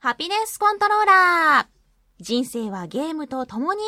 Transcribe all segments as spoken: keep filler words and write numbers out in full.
ハピネスコントローラー。人生はゲームとともに。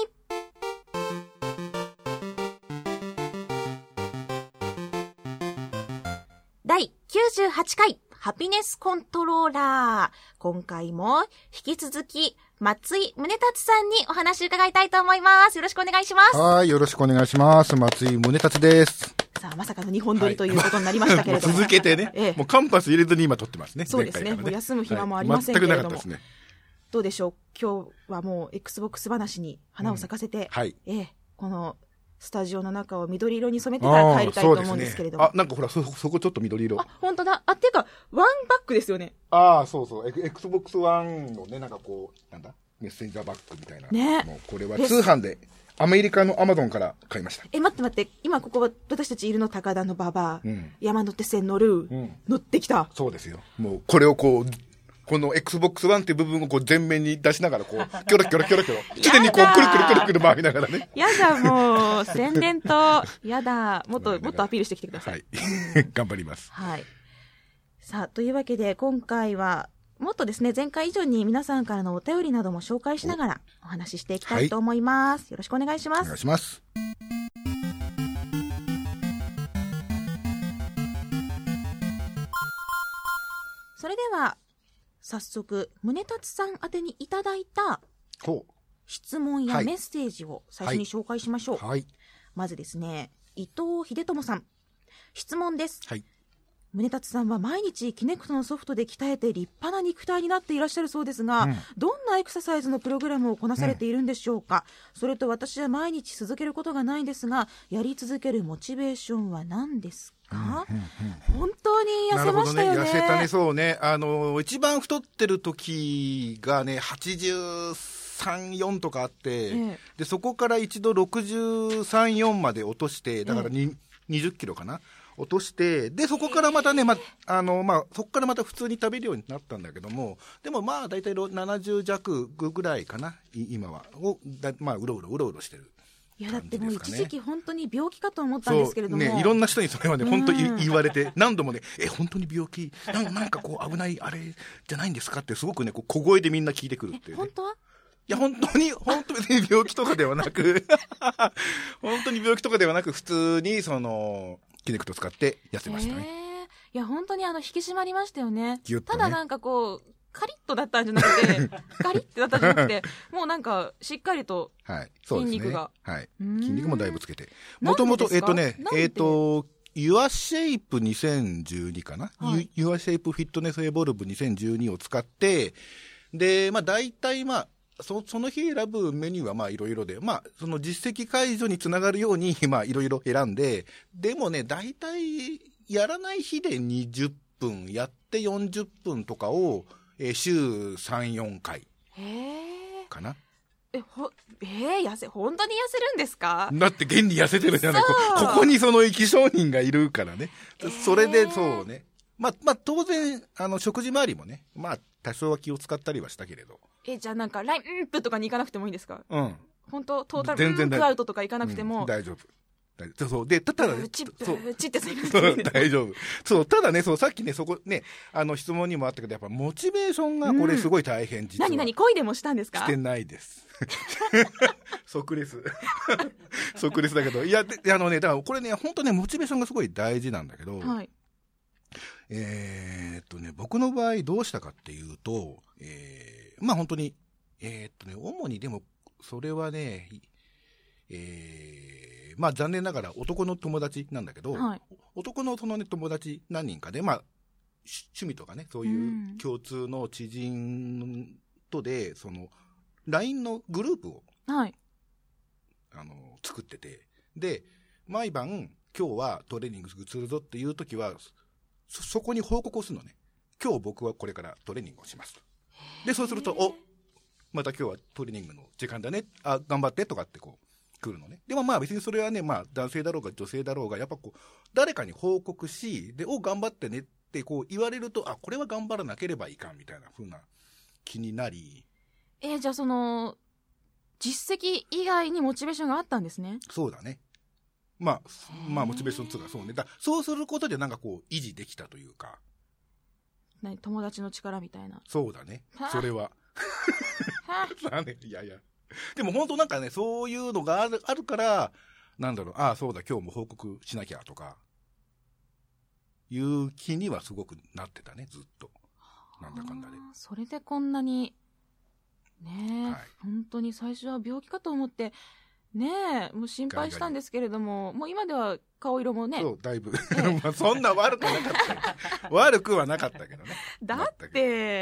だいきゅうじゅうはちかいハピネスコントローラー。今回も引き続き松井宗達さんにお話を伺いたいと思います。よろしくお願いします。 はい、よろしくお願いします。松井宗達です。 さあ、まさかのにほん撮りということになりましたけれども、 はい、もう続けてね、ええ、もうカンパス入れずに今撮ってますね。 そうです ね, ねもう休む暇もありませんけれども、はい、全くなかったですね。どうでしょう、今日はもう Xbox 話に花を咲かせて、うん、はい、ええ、このスタジオの中を緑色に染めてから帰りたいと思うんですけれども、 あ, あなんかほら そ, そこちょっと緑色、 あ、本当だ。あ、っていうかワンバックですよね。 ああ、そうそう、 Xbox One のね、なんかこうなんだメッセンジャーバックみたいな、ね、もうこれは通販でアメリカのアマゾンから買いました。 え、待って待って、今ここは私たちいるの高田の馬場、うん、山手線乗る、うん、乗ってきた。 そうですよ。もうこれをこうこの Xbox One っていう部分をこう前面に出しながらこうキョロキョロキョロキョロ常にこうくるくるくるくる回りながらね。 やだ、もう宣伝とやだ、もっともっとアピールしてきてください。 はい、頑張ります。 はい。さあ、というわけで今回はもっとですね、前回以上に皆さんからのお便りなども紹介しながらお話ししていきたいと思います。はい、よろしくお願いします。 お願いします。 それでは早速宗達さん宛てにいただいた質問やメッセージを最初に紹介しましょう。はいはい、まずですね、伊藤秀友さん、質問です。はい、宗達さんは毎日キネクトのソフトで鍛えて立派な肉体になっていらっしゃるそうですが、うん、どんなエクササイズのプログラムをこなされているんでしょうか。うん、それと私は毎日続けることがないんですが、やり続けるモチベーションは何ですか。うんうんうん、本当に痩せましたよね。 なるほどね、痩せたね。そうね、あの一番太ってる時がねはちじゅうさん、よんとかあって、ええ、でそこから一度ろくじゅうさん、よんまで落として、だからに、ええ、にじゅっキロかな落として、でそこからまたね、まあのまあ、そこからまた普通に食べるようになったんだけども、でもまあ大体ななじゅう弱ぐらいかな今はをだ、まあ、うろうろうろうろしてる。 いやだってもう一時期本当に病気かと思ったんですけれども、 ね、いろんな人にそれはね本当に言われて、何度もね、え本当に病気 な, なんかこう危ないあれじゃないんですかってすごくねこう小声でみんな聞いてくるっていう、ね、 本当は、 いや本当に本当に病気とかではなく本当に病気とかではなく普通にそのキネクト使って痩せましたね。 えー、いや本当にあの引き締まりましたよ ね, ねただなんかこうカリッとだったんじゃなくてカリッてだったんじゃなくてもうなんかしっかりと筋肉が、 はいね、はい、筋肉もだいぶつけて、もともとえっ、ー、とねえっ、ー、とYour Shape にせんじゅうにかな、はい、Your Shape Fitness Evolve にせんじゅうにを使って、でまあ大体まあそ, その日選ぶメニューはまあいろいろで、まあその実績解除につながるようにまあいろいろ選んで、でもね大体やらない日でにじゅっぷんやってよんじゅっぷんとかをえー、週さん、よんかいかな。 えほえー、痩せ本当に痩せるんですか。 だって現に痩せてるじゃない。 こ, ここにその生き証人がいるからね、えー、それでそうね、まあ、まあ当然あの食事周りもねまあ多少は気を使ったりはしたけれど、 えじゃあなんかラインプとかに行かなくてもいいんですか。 うん、 本当トータルンプアウトとか行かなくても、 うん、大丈夫。そうでただね、 チップチってそう大丈夫。そうただね、そうさっきねそこねあの質問にもあったけど、やっぱモチベーションがこれすごい大変、うん、実は。 何何恋でもしたんですか。 してないです即レス即レスだけど、いやあのねだからこれね本当ねモチベーションがすごい大事なんだけど、はい、えー、っとね僕の場合どうしたかっていうと、えー、まあ本当にえー、っとね主にでもそれはねえーまあ残念ながら男の友達なんだけど、はい、男のその、ね、友達何人かで、まあ、趣味とかねそういう共通の知人とでその ライン のグループを、はい、あの作ってて、で毎晩今日はトレーニングするぞっていう時は そ, そこに報告をするのね。今日僕はこれからトレーニングをしますと。でそうするとおまた今日はトレーニングの時間だね、あ頑張ってとかってこう来るのね。でもまあ別にそれはね、まあ男性だろうが女性だろうがやっぱこう誰かに報告し、でお頑張ってねってこう言われると、あこれは頑張らなければいかんみたいな風な気になり、 えー、じゃあその実績以外にモチベーションがあったんですね。 そうだね。まあまあモチベーションつうかそうね。だそうすることでなんかこう維持できたというか。 何友達の力みたいな。 そうだね。それは。いやいや。でも本当なんかね、そういうのがある、あるから、なんだろう、ああ、そうだ、今日も報告しなきゃとか、いう気にはすごくなってたね、ずっと。なんだかんだで。 それでこんなに、ねえ、はい、本当に最初は病気かと思って、ねえ、もう心配したんですけれども、もう今では顔色もね。 そう、だいぶ。まあそんな悪くはなかった悪くはなかったけどね。 だって。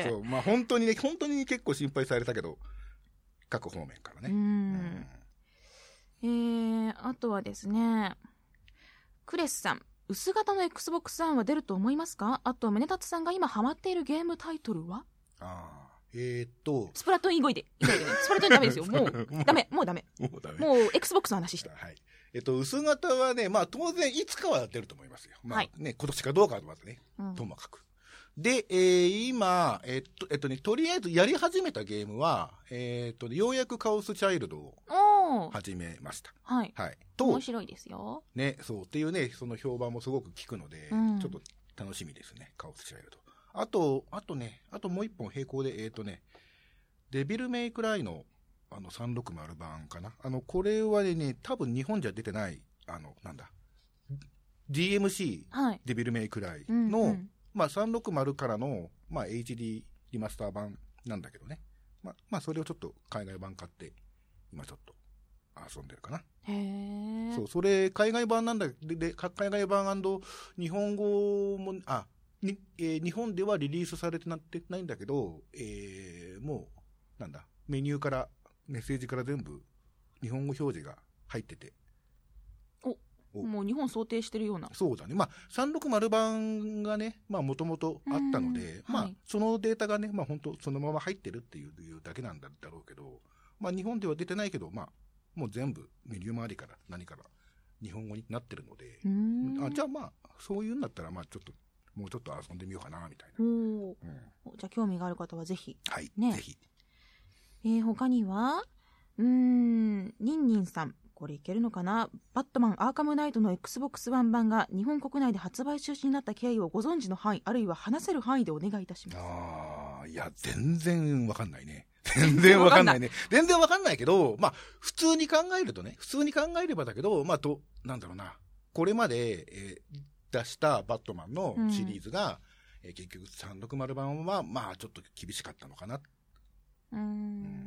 そう、まあ本当にね、本当に結構心配されたけど、各方面からね。うん。うんえー、あとはですね、クレスさん、薄型の Xbox One は出ると思いますか？あと、宗達さんが今ハマっているゲームタイトルは？ ああ。えー、っとスプラトゥーン以外で以外でねスプラトゥーンダメですよ。もうダメもうダメもうダメもう Xbox の話して、 はい、えっと薄型はね、まあ当然いつかは出ると思いますよ。まあね、はい、今年かどうかはまずね、うん、ともかく。で、えー、今えっとえっとねとりあえずやり始めたゲームはえー、っとようやくカオスチャイルドを始めました。 はいはい。と面白いですよ。 ね、そうっていうね、その評判もすごく聞くので、うん、ちょっと楽しみですね、カオスチャイルド。あと、あとね、あともう一本並行で、えっとね、デビルメイクライの、あの、さんろくまる版かな。あの、これはね、多分日本じゃ出てない、あの、なんだ、ディーエムシー、はい、デビルメイクライの、うんうん、まあ、さんろくまるからの、まあ、エイチディー リマスター版なんだけどね。まあ、まあ、それをちょっと海外版買って、今ちょっと遊んでるかな。 へー。 そう、それ、海外版なんだで、で海外版&日本語も、あ、にえー、日本ではリリースされてなってないんだけど、えー、もうなんだメニューからメッセージから全部日本語表示が入ってて、 おおもう日本想定してるような。 そうだね。まあさんろくまる版がね、まあもともとあったので、まあ、はい、そのデータがね、まあ本当そのまま入ってるっていうだけなんだろうけど、まあ日本では出てないけど、まあもう全部メニュー周りから何から日本語になってるので、あじゃあまあそういうんだったらまあちょっともうちょっと遊んでみようかなみたいな。 お、うん、じゃあ興味がある方はぜひ。 はい。ね、ぜひ。 えー、他には、うーん、ニンニンさん。これいけるのかな？バットマンアーカムナイトの Xbox One 版が日本国内で発売中止になった経緯をご存知の範囲、あるいは話せる範囲でお願いいたします。 ああ、いや、全然わかんないね。全然わかんないね。全然わかんないけど、まあ、普通に考えるとね、普通に考えればだけど、まあ、と、なんだろうな。これまで、えー出したバットマンのシリーズが、うんえー、結局さんろくまる版はまあちょっと厳しかったのかな、 うんうん、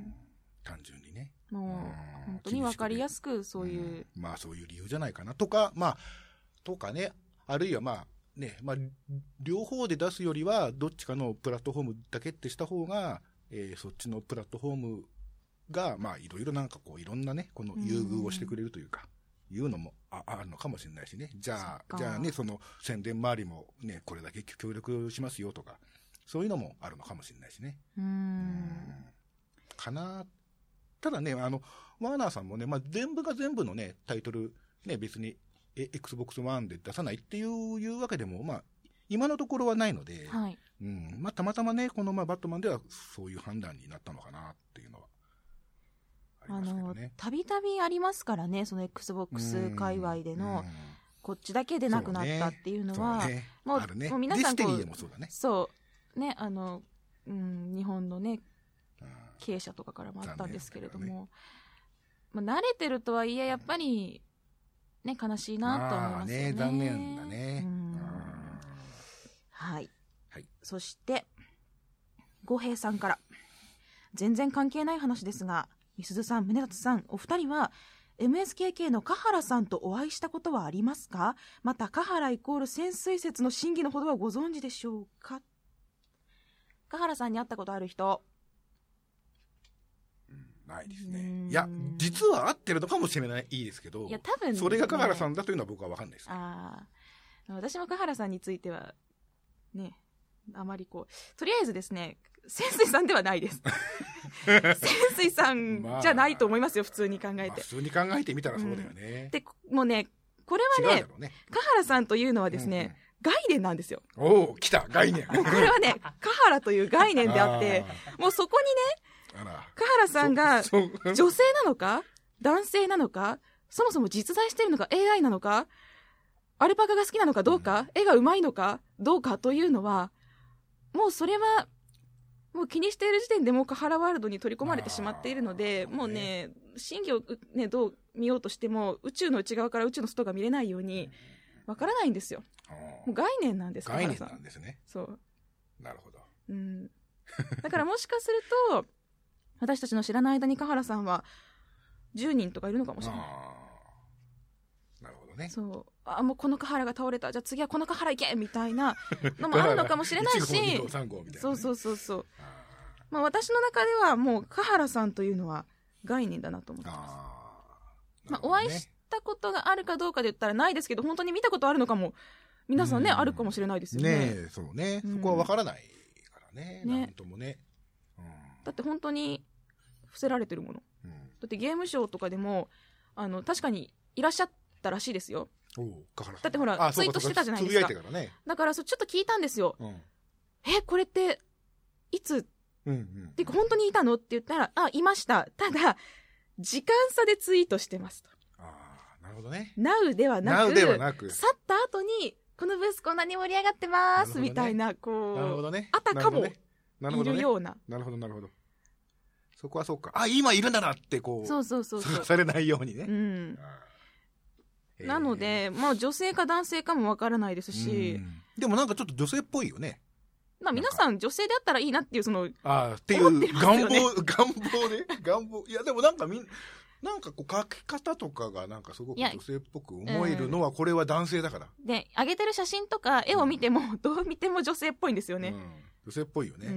単純にねもう本当に分かりやすくそういう、 うん、まあそういう理由じゃないかなとかまあとかねあるいはまあねまあ両方で出すよりはどっちかのプラットフォームだけってした方が、えー、そっちのプラットフォームがまあいろいろなんかこういろんなねこの優遇をしてくれるというか、うんいうのも あ, あるのかもしれないしね。じゃあ、じゃあね、その宣伝周りもね、これだけ協力しますよとか、そういうのもあるのかもしれないしね。 うーん。うんかな。ただね、あの、ワーナーさんもね、まあ、全部が全部のね、タイトル、ね、別に、え、Xbox One で出さないっていう、いうわけでも、まあ、今のところはないので、 はい。 うん。まあ、たまたまね、この、まあ、バットマンではそういう判断になったのかなっていうのは。 あのたびたびありますからね、その Xbox 界隈でのこっちだけでなくなったっていうのは、 ねもう、 あるね、 もう皆さんこう、 ディステリーもそうだね、 そうね、あの、うん、日本のね経営者とかからもあったんですけれども、ねまあ、慣れてるとはいえやっぱりね悲しいなと思いますよね。 まあ、ね残念だね。うん、 はい、はい、そして五平さんから全然関係ない話ですが。みすずさん、宗達さん、お二人は エムエスケーケー の香原さんとお会いしたことはありますか？また香原イコール潜水説の真偽のほどはご存知でしょうか？香原さんに会ったことある人、 うん、ないですね。いや実は会ってるのかもしれないいいですけど、 いや多分、ね、 それが香原さんだというのは僕は分かんないです。 あ私も香原さんについてはねあまりこうとりあえずですね潜水さんではないです潜水さんじゃないと思いますよ、普通に考えて、まあ、 普通に考えてみたらそうだよね、 うん、でもうねこれは ね, ね香原さんというのはですね、うんうん、概念なんですよ。 おお来た概念もうこれはね香原という概念であってもうそこにね香原さんが女性なのか男性なのかそもそも実在しているのか エーアイ なのかアルパカが好きなのかどうか、うん、絵がうまいのかどうかというのはもうそれはもう気にしている時点でもうカハラワールドに取り込まれてしまっているので、もうね、真偽を、ね、どう見ようとしても宇宙の内側から宇宙の外が見れないようにわからないんですよ。もう概念なんです。 概念なんですね。 そう。 なるほど。 うん。だからもしかすると私たちの知らない間にカハラさんはじゅうにんとかいるのかもしれない。 なるほどね。 そう。あ、もうこのカハラが倒れた、じゃあ次はこのカハラ行けみたいなのもあるのかもしれないしそうそうそうそう。まあ、私の中ではもうカハラさんというのは概念だなと思ってます。あ、ね、まあ、お会いしたことがあるかどうかで言ったらないですけど、本当に見たことあるのかも皆さんね、あるかもしれないですよね。 ねえ、そうね、うん、そこは分からないからね、ね、なんともね、うん、だって本当に伏せられてるもの、うん、だってゲームショーとかでもあの確かにいらっしゃったらしいですよ。だってほらツイートしてたじゃないですか。かね、だからそちょっと聞いたんですよ、うん、えこれっていつ、うんうん、っていうか本当にいたのって言ったら、あ、いました、ただ時間差でツイートしてますと。 あ、なるほどね。 ナウではなく、 ではなく去った後にこのブースこんなに盛り上がってます、ね、みたいな、こう、 なるほどね、 あたかもいるような。 なるほどなるほど。そこはそうか、あ、今いるんだなってこう、 そうそうそうそう、 されないようにね。 うん。なので、まあ女性か男性かもわからないですし、 でもなんかちょっと女性っぽいよね。 まあ皆さん女性であったらいいなっていうその、 ああっていう願望、願望ね、願望。いやでもなんかみんなんかこう書き方とかがなんかすごく女性っぽく思えるのはこれは男性だから。 で、上げてる写真とか絵を見ても、うん、どう見ても女性っぽいんですよね。うん、 女性っぽいよね。うん、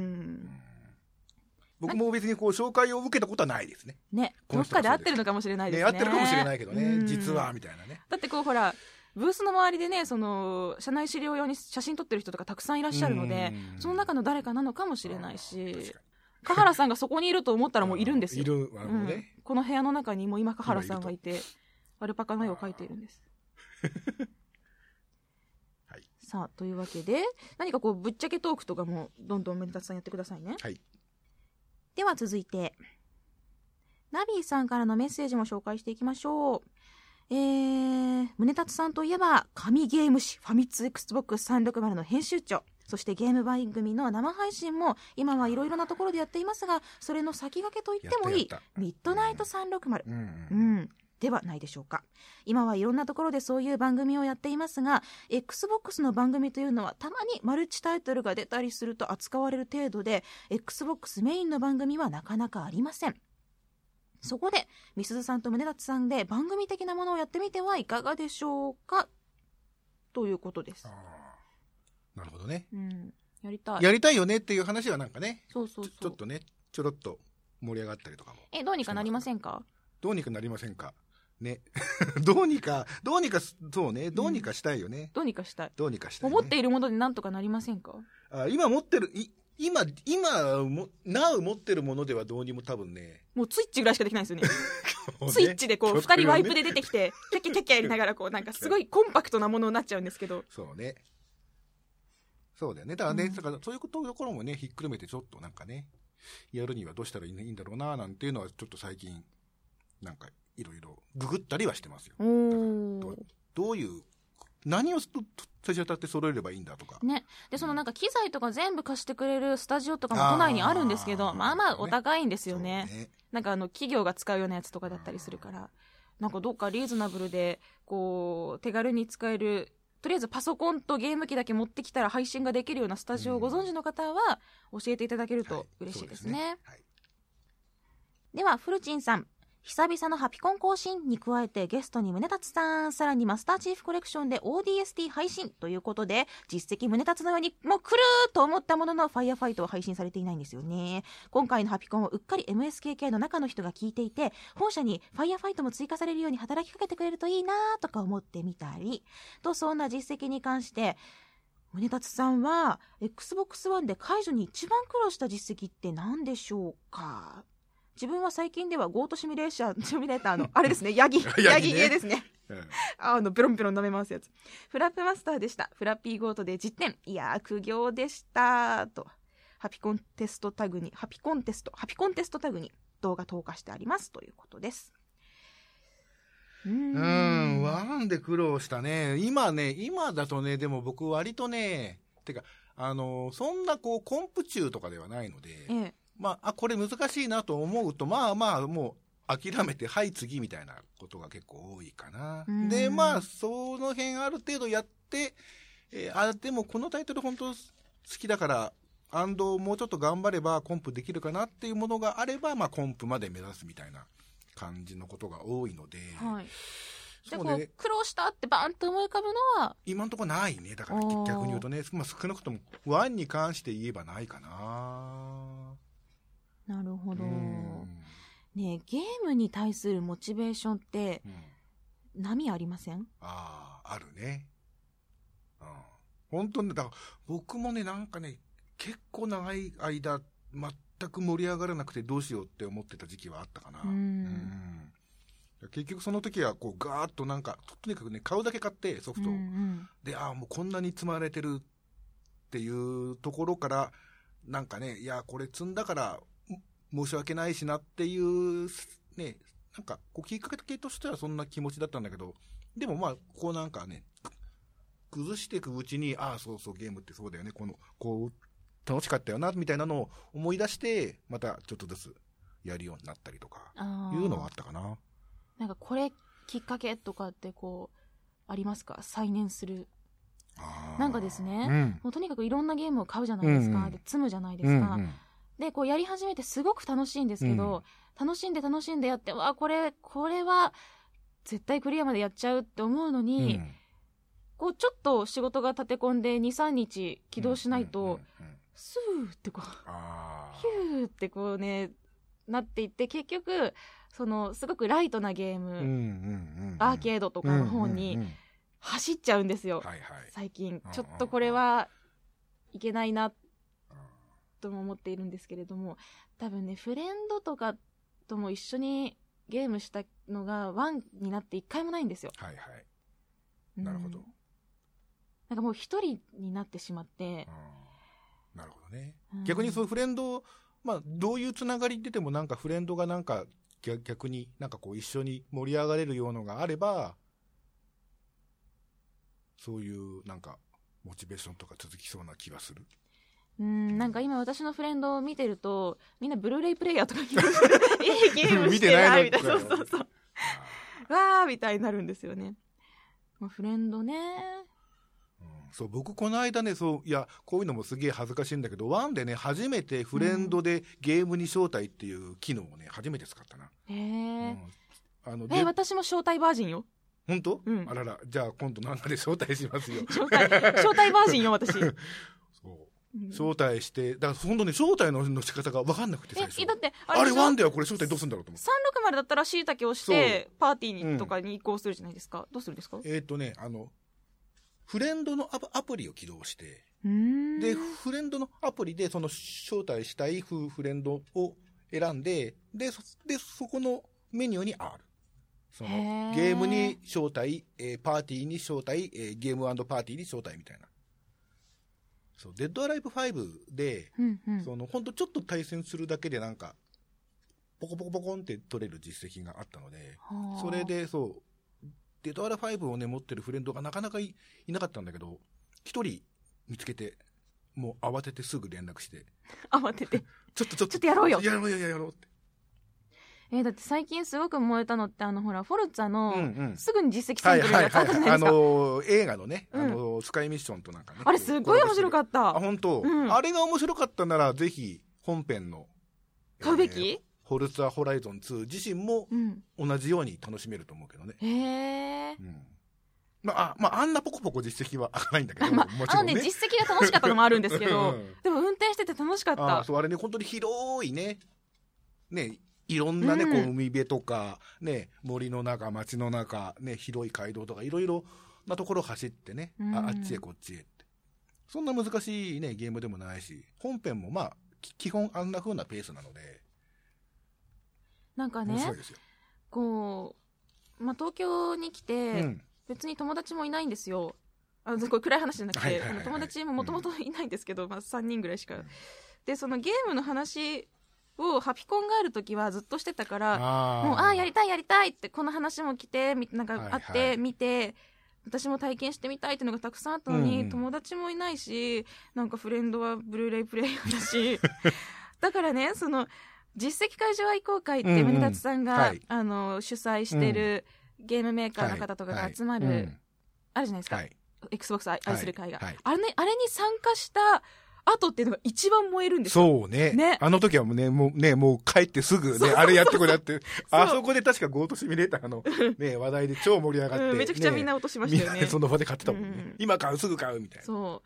僕も別にこう紹介を受けたことはないですね。 ね、どっかで合ってるのかもしれないですね。 ね、合ってるかもしれないけどね、実はみたいなね。 だってこうほらブースの周りでね、その社内資料用に写真撮ってる人とかたくさんいらっしゃるので、その中の誰かなのかもしれないし、カハラさんがそこにいると思ったらもういるんですよ。いる、あのね、うん、この部屋の中にも今カハラさんがいてアルパカの絵を描いているんです。はい、さあというわけで何かこうぶっちゃけトークとかもどんどん宗達さんやってくださいね。はい、では続いてナビーさんからのメッセージも紹介していきましょう。えー、宗達さんといえば神ゲーム誌ファミツ エックスボックスさんびゃくろくじゅうの編集長、そしてゲーム番組の生配信も今はいろいろなところでやっていますが、それの先駆けと言ってもいいミッドナイトさんびゃくろくじゅう、うんうん、ではないでしょうか。今はいろんなところでそういう番組をやっていますが、 Xbox の番組というのはたまにマルチタイトルが出たりすると扱われる程度で、 Xbox メインの番組はなかなかありません。そこでみすずさんと宗達さんで番組的なものをやってみてはいかがでしょうかということです。 あ、なるほどね、 うん、やりたいやりたいよねっていう話はなんかね、 そうそうそう、 ちょ、ちょっとねちょろっと盛り上がったりとかも。 え、どうにかなりませんか。 どうにかなりませんかねどうにかどうにかそうね、どうにかしたいよね、うん、 どうにかしたい、 どうにかしたい、ね、 持っているものでなんとかなりませんか。 あ、今持ってるい今、今も、なお持ってるものではどうにも多分ね。 もうツイッチぐらいしかできないですよね。ね、スイッチでこう、二人ワイプで出てきて、キャッキャキャッキャやりながらこう、なんかすごいコンパクトなものになっちゃうんですけど。 そうね。そうだよね。だからね、うん、だからそういうところもね、ひっくるめてちょっとなんかね、やるにはどうしたらいいんだろうな、なんていうのはちょっと最近、なんかいろいろググったりはしてますよ。ど, どういう、何を最初当たって揃えればいいんだとかね。でそのなんか機材とか全部貸してくれるスタジオとかも都内にあるんですけど、あまあまあお高いんですよ ね, ねなんかあの企業が使うようなやつとかだったりするから、なんかどっかリーズナブルでこう手軽に使える、とりあえずパソコンとゲーム機だけ持ってきたら配信ができるようなスタジオをご存知の方は教えていただけると嬉しいですね。はい、そうですね。はい、ではフルチンさん、久々のハピコン更新に加えてゲストに宗達さん、さらにマスターチーフコレクションで オーディーエスティー 配信ということで、実績宗達のようにもう来ると思ったもののファイアファイトは配信されていないんですよね。今回のハピコンをうっかり エムエスケーケー の中の人が聞いていて、本社にファイアファイトも追加されるように働きかけてくれるといいなとか思ってみたりと、そんな実績に関して宗達さんは エックスボックスワン で解除に一番苦労した実績って何でしょうか。自分は最近ではゴートシミュレーションシミュレーターのあれですね、ヤギヤギゲーですね、うん、あのベロンベロン舐め回すやつ、フラップマスターでした。フラッピーゴートで実点、いやー苦行でしたと、ハピコンテストタグにハピコンテストハピコンテストタグに動画投下してありますということです。 うーん、うーん、ワンで苦労したね。今ね、今だとね、でも僕割とね、てかあの、そんなこう、コンプ中とかではないので、 ええ、 まあ、あ、これ難しいなと思うと、まあまあ、もう諦めて、はい、次みたいなことが結構多いかな。で、まあ、その辺ある程度やって、えー、あ、でもこのタイトル本当好きだから、アンドもうちょっと頑張ればコンプできるかなっていうものがあれば、まあ、コンプまで目指すみたいな感じのことが多いので、 はい。じゃあこう苦労したってバーンと思い浮かぶのは今のところないね。だから逆に言うとね、まあ、少なくともワンに関して言えばないかな。 なるほど。ね、ゲームに対するモチベーションって、うん、波ありません？ ああ、あるね。うん、本当にだから僕もね、なんかね、結構長い間全く盛り上がらなくてどうしようって思ってた時期はあったかな。うん、うん結局その時はこうガーッとなんかとにかくね買うだけ買ってソフト、うんうん、でああもうこんなに積まれてるっていうところからなんかねいやこれ積んだから申し訳ないしなっていうねなんかこうきっかけとしてはそんな気持ちだったんだけどでもまあこうなんかね崩していくうちにああそうそうゲームってそうだよねこのこう楽しかったよなみたいなのを思い出してまたちょっとずつやるようになったりとかいうのはあったかな。 なんかこれきっかけとかってこうありますか？再燃するなんかですね、うん、もうとにかくいろんなゲームを買うじゃないですか、うんうん、で積むじゃないですか、うんうん、でこうやり始めてすごく楽しいんですけど、うん、楽しんで楽しんでやってわこれこれは絶対クリアまでやっちゃうって思うのに、うん、こうちょっと仕事が立て込んで にさんにち起動しないと、うんうんうんうん、スーってこうヒューってこうねなっていって結局そのすごくライトなゲーム、うんうんうん、アーケードとかの方に走っちゃうんですよ、うんうんうん、最近ちょっとこれはいけないなとも思っているんですけれども多分ねフレンドとかとも一緒にゲームしたのがワンになって一回もないんですよ。 はいはい、なるほど、うん、 なんかもう一人になってしまって、 うん、なるほどね、うん、逆にそういうフレンドまあどういうつながり出てもなんかフレンドがなんか逆になんかこう一緒に盛り上がれるようなのがあればそういうなんかモチベーションとか続きそうな気がする。 うーんなんか今私のフレンドを見てるとみんなブルーレイプレイヤーとかにいいゲームしてないみたいなそうそうそうわーみたいになるんですよね、まあ、フレンドねそう僕この間ねそういやこういうのもすげえ恥ずかしいんだけどワンでね初めてフレンドでゲームに招待っていう機能をね初めて使ったな。 へえ、うん、あのえ私も招待バージンよ。 本当、うん、あららじゃあ今度なんかで招待しますよ招待招待バージンよ私そう、 うん、招待してだから本当ね招待 の, の仕方が分かんなくて最初えだってあ れ, あれワンではこれ招待どうするんだろうと思ってさんろくまるだったらしいたけをしてパーティーにとかに移行するじゃないですか、うん、どうするんですか？ えっ、ー、とねあのフレンドの ア, アプリを起動してでフレンドのアプリでその招待したいフフレンドを選んで で そ, でそこのメニューに R そのゲームに招待、えー、パーティーに招待、えー、ゲーム&パーティーに招待みたいなそうデッドアライブファイブで、うんうん、そのほんとちょっと対戦するだけでなんかポコポコポコンって取れる実績があったのでそれでそうデッドアラファイブをね持ってるフレンドがなかなか い, いなかったんだけど一人見つけてもう慌ててすぐ連絡して慌ててちょっとちょっとちょっとやろうよやろうやろうやろうってえー、だって最近すごく燃えたのってあのほらフォルツァの、うんうん、すぐに実績ついてるやつあったじゃないですか、あのー、映画のね、うん、あのー、スカイミッションとなんかねあれすごい面白かったあ本当、うん、あれが面白かったならぜひ本編の買うべき、えーフォルツァホライゾンツー自身も同じように楽しめると思うけどね、 うん、へえ、 うんまあまあ、あんなポコポコ実績は開かないんだけど、 まあ、 もちろんね、あのね実績が楽しかったのもあるんですけど、うん、でも運転してて楽しかった。 あそうあれね本当に広いねねいろんなね、うん、こう海辺とかね森の中街の中ね広い街道とかいろいろなところ走ってね、うん、あ, あっちへこっちへってそんな難しいねゲームでもないし本編もまあ基本あんな風なペースなのでなんかねこう、まあ、東京に来て、うん、別に友達もいないんですよあのこれ暗い話じゃなくて、はいはいはいはい、友達ももともといないんですけど、うんまあ、さんにんぐらいしか、うん、でそのゲームの話をハピコンがある時はずっとしてたからあもうあやりたいやりたいってこの話も来てなんかあって、はいはい、見て私も体験してみたいっていうのがたくさんあったのに、うん、友達もいないし、なんかフレンドはブルーレイプレイヤーだしだからね、その実績会場愛好会って宗達さんが、うんうんはい、あの主催してるゲームメーカーの方とかが集まる、はいはいうん、あるじゃないですか、はい、Xbox 愛する会が、はいはい、あれね、あれに参加した後っていうのが一番燃えるんですよ。 そうね。ね。あの時はもうね、もうね、もう帰ってすぐね、そうそうそうあれやってこれやって、あそこで確かゴートシミュレーターのね、話題で超盛り上がって、 うん。めちゃくちゃみんな落としましたよね。 みんなその場で買ってたもんね。うん、今買う、すぐ買うみたいな。 そう。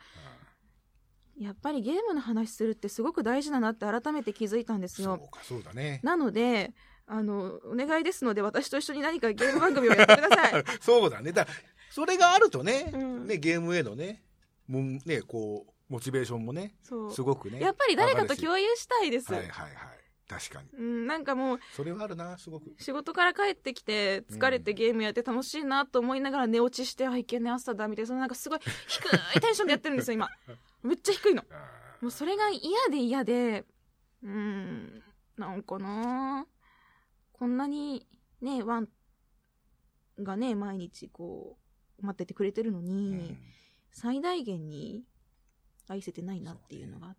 やっぱりゲームの話するってすごく大事だなって改めて気づいたんですよ。 そうか、そうだね。 なので、あの、お願いですので、私と一緒に何かゲーム番組をやってください。 そうだね。だそれがあるとね、うん、ね、ゲームへのね、もうね、こう、モチベーションもね、すごくね。 やっぱり誰かと共有したいです。 はいはいはい。確かに。 うん、なんかもう、 それはあるな、すごく。 仕事から帰ってきて、疲れてゲームやって楽しいなと思いながら寝落ちして、あ、いけね朝だ、みたいな、そのなんかすごい低いテンションでやってるんですよ、今。めっちゃ低いの。もうそれが嫌で嫌で、うーん、なんかなこんなに、ね、ワンがね、毎日こう、待っててくれてるのに、うん最大限に愛せてないなっていうのがあって、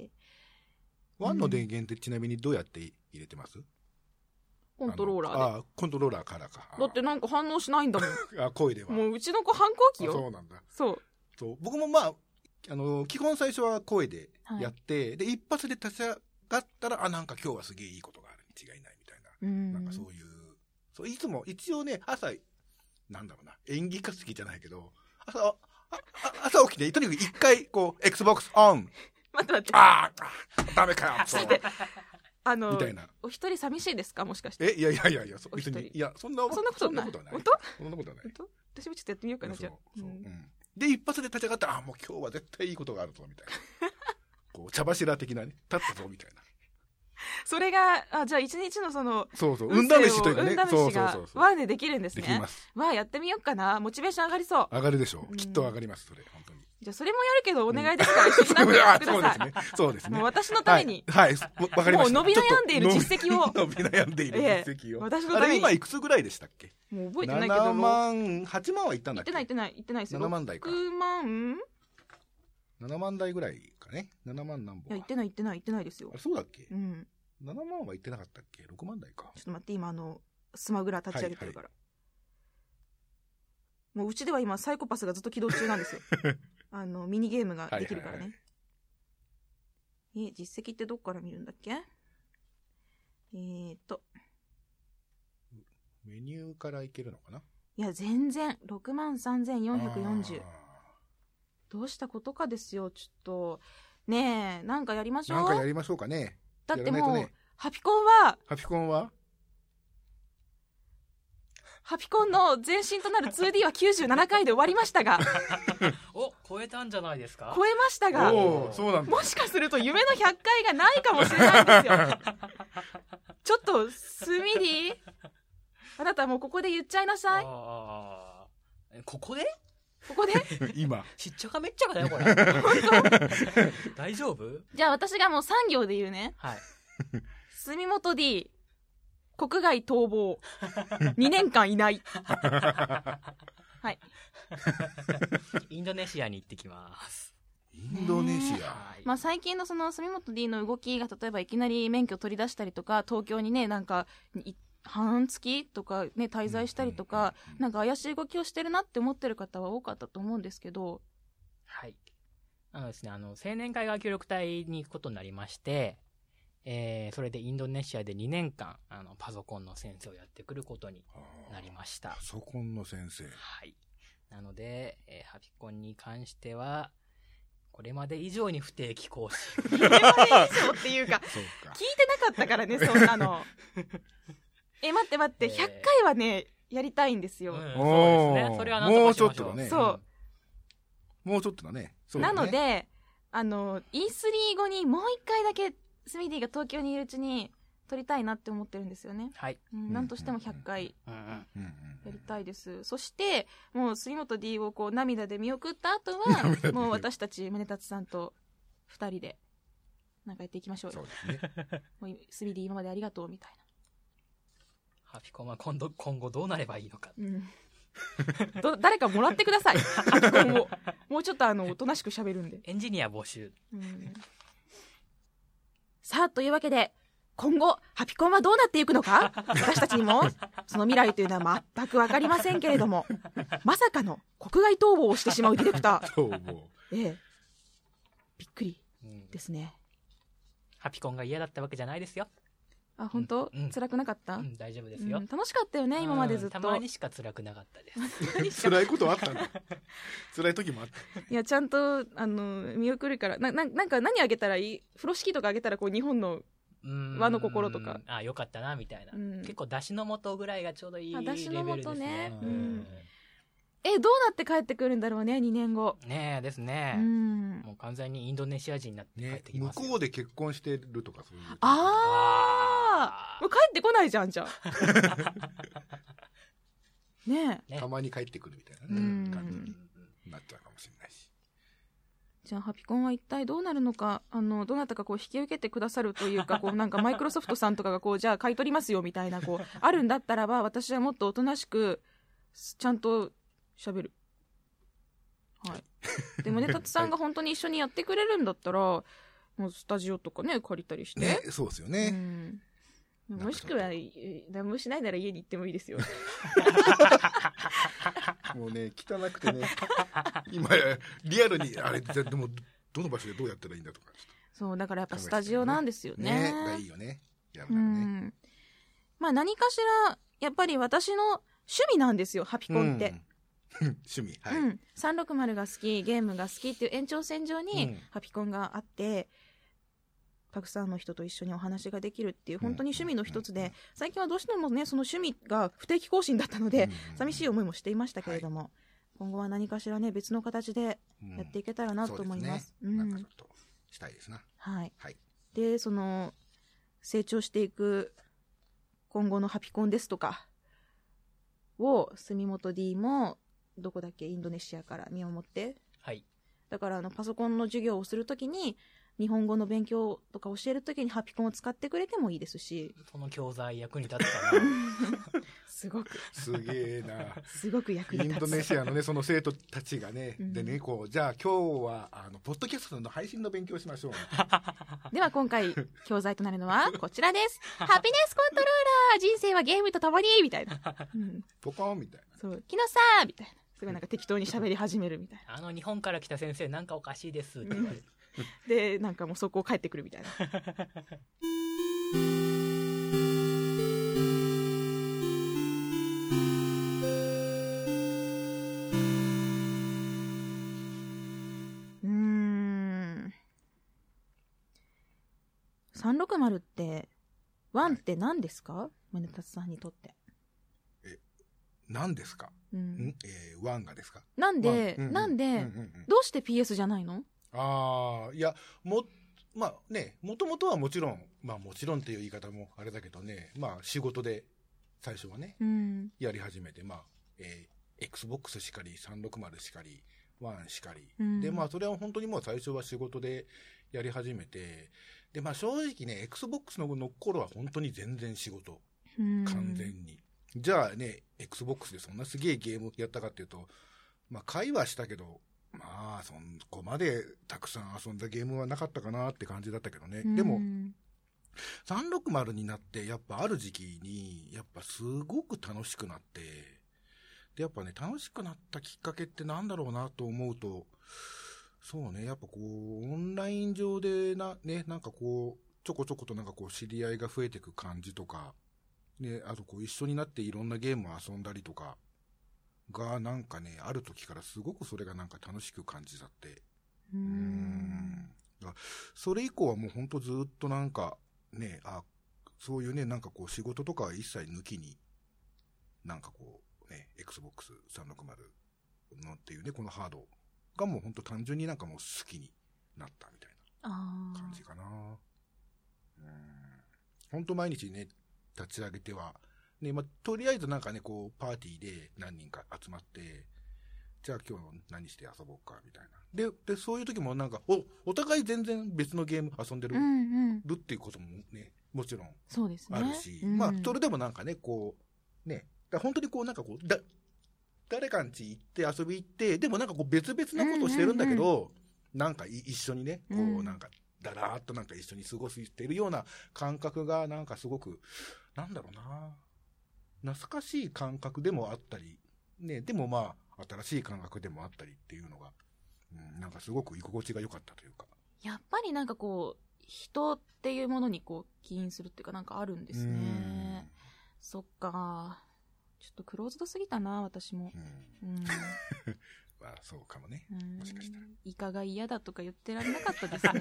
ワンの電源ってちなみにどうやって入れてます？ コントローラーで。 ああ、コントローラーからか。 だってなんか反応しないんだもん。 あ、声では。 もううちの子反抗期よ。 そうなんだ。 そう。 そう僕もまあ、あの、基本最初は声でやって、はい、で、一発で立ち上がったら、あ、なんか今日はすげえいいことがあるに違いないみたいな。うんなんかそういう、そう、いつも一応ね、朝、なんだろうな、演技活技じゃないけど、朝、朝起きて、とにかく一回、こう、Xbox オン。 待って待って。 ああ、ダメかよ。そう。 あの、 みたいな。 お一人寂しいですかもしかして。 え、いやいやいやいや、別に。いや、そんな、 そんなことない。 本当そんなことはない。 私もちょっとやってみようかな、じゃあ。 で、一発で立ち上がって、あ、もう今日は絶対いいことがあるぞ、みたいな。こう、茶柱的なね、立ったぞ、みたいな。 それが、あ、じゃあ一日のその、 そうそう、運試しというかね、 運試しがワンでできるんですね。 できます。 わあ、やってみようかな。モチベーション上がりそう。 上がるでしょう。きっと上がります、それ、本当に。 じゃあそれもやるけどお願いですから一緒になってやってください。 そうですね。 もう私のために。 はい、わかりました。もう伸び悩んでいる実績を。 伸び悩んでいる実績を。 私のために。 あれ今いくつぐらいでしたっけ？ もう覚えてないけど。 ななまん、はちまんは行ったんだっけ？ 行ってない行ってない行ってないですよ。 ななまん台か。 ろくまん？ ななまん台ぐらいかね。ななまん何本。 いや行ってない行ってない行ってないですよ。 あ、そうだっけ？ うん。 ななまんは行ってなかったっけ？ろくまん台か。 ちょっと待って今あのスマグラ立ち上げてるから。もううちでは今サイコパスがずっと起動中なんですよ。あのミニゲームができるからね。はいはいはい、え実績ってどっから見るんだっけ？えーとメニューからいけるのかな？ いや全然 ろくまんさんぜんよんひゃくよんじゅう どうしたことかですよ。ちょっとねえなんかやりましょう。 なんかやりましょうかね。 だってもう、ね、ハピコンはハピコンはハピコンの前身となる ツーディー はきゅうじゅうななかいで終わりましたがお、超えたんじゃないですか？ 超えましたが、 おそうなんだ。 もしかすると夢のひゃっかいがないかもしれないんですよちょっとスミリーあなたもうここで言っちゃいなさい。 あここでここで今しっちゃかめっちゃかだよこれ本当大丈夫？ じゃあ私がもうさん行で言うね。 はい住本 D 国外逃亡にねんかんいないはいインドネシアに行ってきます。 インドネシア、 まあ、最近のその住本 D の動きが例えばいきなり免許取り出したりとか東京にねなんか半月とかね滞在したりとか、うんうんうんうん、なんか怪しい動きをしてるなって思ってる方は多かったと思うんですけど、 はいあのですねあの青年海外協力隊に行くことになりまして、えー、それでインドネシアでにねんかんあのパソコンの先生をやってくることになりました。 パソコンの先生、 はいなので、えー、ハピコンに関してはこれまで以上に不定期更新これまで以上っていうかそうか聞いてなかったからねそんなのえ待って待ってひゃっかいはねやりたいんですよ、うん、 そうですねそれはなんとかしましょう。 もうちょっとだね。 そう、 うん、もうちょっとだね。そうだね。 なのであの イースリー 後にもう一回だけスミディが東京にいるうちに撮りたいなって思ってるんですよね。 はい、 うん、なんとしてもひゃっかいやりたいです、うんうん、そしてもう杉本 D をこう涙で見送った後はもう私たち宗達さんとふたりでなんかやっていきましょうよ。そうですねもうスミディ今までありがとうみたいな。 ハピコンは今度今後どうなればいいのか、 うん、 ど誰かもらってください。ファピコンをもうちょっとあのおとなしく喋るんで。 エンジニア募集。 うん、さあというわけで今後ハピコンはどうなっていくのか私たちにもその未来というのは全く分かりませんけれども、まさかの国外逃亡をしてしまうディレクター、ええ、びっくりですね、 うん、ハピコンが嫌だったわけじゃないですよ。 あ、本当、うん、辛くなかった、 うん、大丈夫ですよ、 うん、楽しかったよね、今までずっと。 たまにしか辛くなかったです辛いことあったんだ辛い時もあった。 いやちゃんとあの見送るから な, な, なんか何あげたらいい、風呂敷とかあげたらこう日本の和の心とか、 あ、よかったなみたいな、うん、結構だしの素ぐらいがちょうどいいレベルですね。 だしの素ね、うん、えどうなって帰ってくるんだろうね、にねんごねえですね、うん、もう完全にインドネシア人になって帰ってきますよ、 ね、向こうで結婚してるとかそういう。 ああもう帰ってこないじゃんじゃんねえたまに帰ってくるみたいな、ね、感じになっちゃうかもしれないし。 じゃあハピコンは一体どうなるのか、あのどなたかこう引き受けてくださるというか、こうなんかマイクロソフトさんとかがこうじゃあ買い取りますよみたいなこうあるんだったらば、私はもっとおとなしくちゃんと喋る。はい。でもねたつさんが本当に一緒にやってくれるんだったら、もうスタジオとかね借りたりして。 ね、そうですよね。 うん、もしくは何もしないなら家に行ってもいいですよ。 もうね汚くてね今リアルにあれでもどの場所でどうやったらいいんだとか。 そうだからやっぱスタジオなんですよね。 ねがいいよね。やるならね。うん、 まあ何かしらやっぱり私の趣味なんですよハピコンって。 うん、趣味、はい、 うん、さんろくまるが好き、ゲームが好きっていう延長線上にハピコンがあって、たくさんの人と一緒にお話ができるっていう本当に趣味の一つで、最近はどうしてもねその趣味が不定期更新だったので寂しい思いもしていましたけれども、はい、今後は何かしらね別の形でやっていけたらなと思います。 うん、そうですね、なんかちょっとしたいですな。 はい、 はい、 でその成長していく今後のハピコンですとかを住本 D もどこだっけインドネシアから見守って、 はい、 だからあのパソコンの授業をするときに日本語の勉強とか教えるときにハピコンを使ってくれてもいいですし、 その教材役に立つかなすごくすげえなすごく役に立つ。 インドネシアのねその生徒たちがね、うん、でねこうじゃあ今日はあのポッドキャストの配信の勉強しましょう。 では今回教材となるのはこちらです。ハピネスコントローラー、人生はゲームとともにみたいな、 うん、ポカンみたいな、 そう木野さんみたいな、すごいなんか適当に喋り始めるみたいな。 あの日本から来た先生なんかおかしいですって言われて、 でなんかもうそこを帰ってくるみたいな。うーんさんろくまるってワンって何ですか、宗達さんにとって。 え何ですか、うん、えー、ワンがですか。 なんで、うんうん、なんで、うんうんうん、どうして ピーエス じゃないの。 ああ、いや、も、まあね、もともとはもちろん、まあもちろんっていう言い方もあれだけどね、まあ仕事で最初はね、うん、やり始めて、まあ、えー、Xbox しかり、さんろくまるしかり、ワンしかり、うん、で、まあそれは本当にもう最初は仕事でやり始めて、で、まあ正直ね、Xbox の頃は本当に全然仕事、うん、完全に。じゃあね、Xbox でそんなすげえゲームやったかっていうと、まあ会話したけど、まあそこまでたくさん遊んだゲームはなかったかなって感じだったけどね、うん、でもさんろくまるになってやっぱある時期にやっぱすごく楽しくなって、でやっぱね楽しくなったきっかけってなんだろうなと思うと、そうねやっぱこうオンライン上でなねなんかこうちょこちょことなんかこう知り合いが増えていく感じとかね、あとこう一緒になっていろんなゲームを遊んだりとかがなんかねある時からすごくそれがなんか楽しく感じちゃって、うーんそれ以降はもうほんとずっとなんかねあそういうねなんかこう仕事とかは一切抜きになんかこうね エックスボックスさんろくまる のっていうねこのハードがもうほんと単純になんかもう好きになったみたいな感じかな。うーんほんと毎日ね立ち上げてはねまあ、とりあえずなんかねこうパーティーで何人か集まってじゃあ今日何して遊ぼうかみたいなででそういう時もなんか お, お互い全然別のゲーム遊んでる、うんうん、るっていうこともねもちろんあるし、 ねうん、 まあそれでもなんかねこうねだ本当にこうなんかこうだ誰かん家行って遊び行って、でもなんかこう別々なことをしてるんだけど、うんうんうん、なんか一緒にね、こうなんか、だらーっとなんか一緒に過ごしているような感覚がなんかすごく、なんだろうな、懐かしい感覚でもあったり、ね、でもまあ、新しい感覚でもあったりっていうのが、うん、なんかすごく居心地が良かったというか。 やっぱりなんかこう、人っていうものにこう起因するっていうかなんかあるんですね。そっか。ちょっとクローズドすぎたな、私も。うん。うんまあ、そうかもね。もしかしたら。 イカが嫌だとか言ってられなかったですね。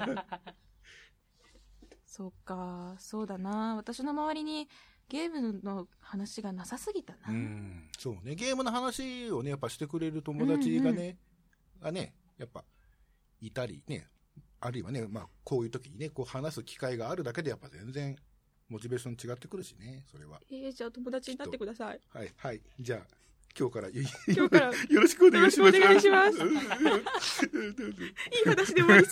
そうか、そうだな。私の周りにゲームの話がなさすぎたな。 うん、そうね。ゲームの話をね、やっぱしてくれる友達がね、うんうん、がね、やっぱいたりね、あるいはね、まあこういう時にね、こう話す機会があるだけでやっぱ全然モチベーション違ってくるしね、それは。 えー、じゃあ友達になってください。 はい、はい。じゃあ、今日から、今日からよろしくお願いします。 よろしくお願いします。いい話で終わりそう。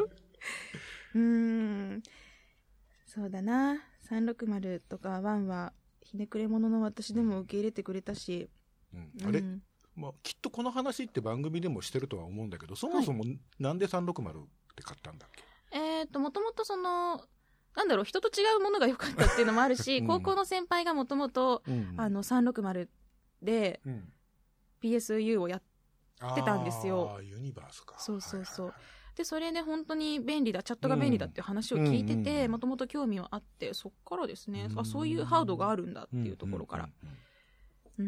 うーん。そうだな。さんろくまるとかワンは、ひねくれ者の私でも受け入れてくれたし。 うん、あれ、うん、まあ、きっとこの話って番組でもしてるとは思うんだけど、そもそもなんでさんろくまるって買ったんだっけ？ はい、えっと、もともとその、なんだろう、人と違うものが良かったっていうのもあるし、うん、高校の先輩がもともと、あの、さんろくまるで、うん、ピーエスユー をやってたんですよ。 ああ、ユニバースか。 そうそうそう。はいはいはい、で、それで本当に便利だ、チャットが便利だっていう話を聞いてて、もともと興味はあって、そっからですね、うん、あ、そういうハードがあるんだっていうところから。うん。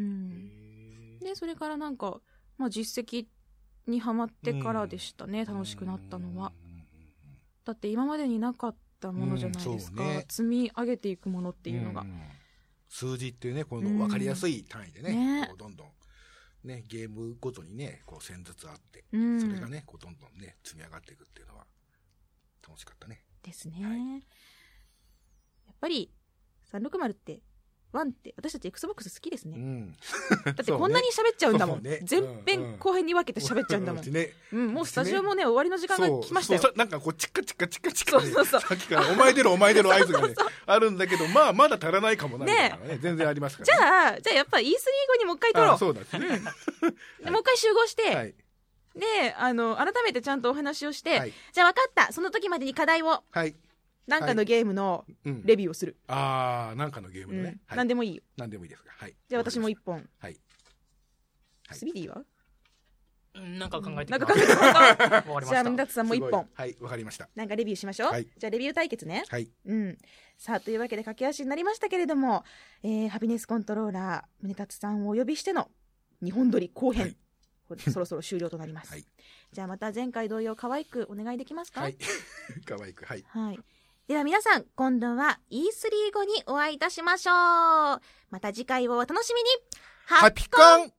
で、それからなんか、まあ実績にハマってからでしたね、楽しくなったのは。だって今までになかったものじゃないですか。ね、積み上げていくものっていうのが。 数字っていうね、この分かりやすい単位でね、ね、こうどんどん、ね、ゲームごとにね、こう線ずつあって、うん、それがね、こうどんどんね、積み上がっていくっていうのは、楽しかったね。 ですね。はい、やっぱり、さんろくまるって、ワンって、私たち Xbox 好きですね。うん、だってこんなに喋っちゃうんだもん。ね、前編後編に分けて喋っちゃうんだもん。ね、うん、もうスタジオもね、終わりの時間が来ましたよ。 そうそう、なんかこう、チッカチッカチッカチッカ、ね、そうそうそう、さっきからお前出ろお前出ろ合図がね、あるんだけど、まあ、まだ足らないかもな、ね、ね、全然ありますから、 ね。じゃあ、じゃあやっぱ イースリー 後にもう一回撮ろう。 そうだね。うん、 でもう一回集合して、はい、で、あの、改めてちゃんとお話をして、はい、じゃあ分かった、その時までに課題を。はい。なんかのゲームのレビューをする。 はい、うん、ああ、なんかのゲームのね。うん、 はい、何でもいいよ。 何でもいいですが。はい。 じゃあ私も一本。 はい。 スビディは？ なんか考えてなんか考えてみましょう。じゃあ、みなつさんも一本。 はい、わかりました。 なんかレビューしましょう。はい、じゃあ、レビュー対決ね。 はい。 うん。さあ、というわけで駆け足になりましたけれども、えー、ハピネスコントローラー、宗達さんをお呼びしての日本撮り後編。はいそろそろ終了となります。はい、じゃあまた前回同様可愛くお願いできますか？ はい。可愛く、はい。 はい。では皆さん、今度は イースリー 後にお会いいたしましょう。また次回をお楽しみに。 ハピコン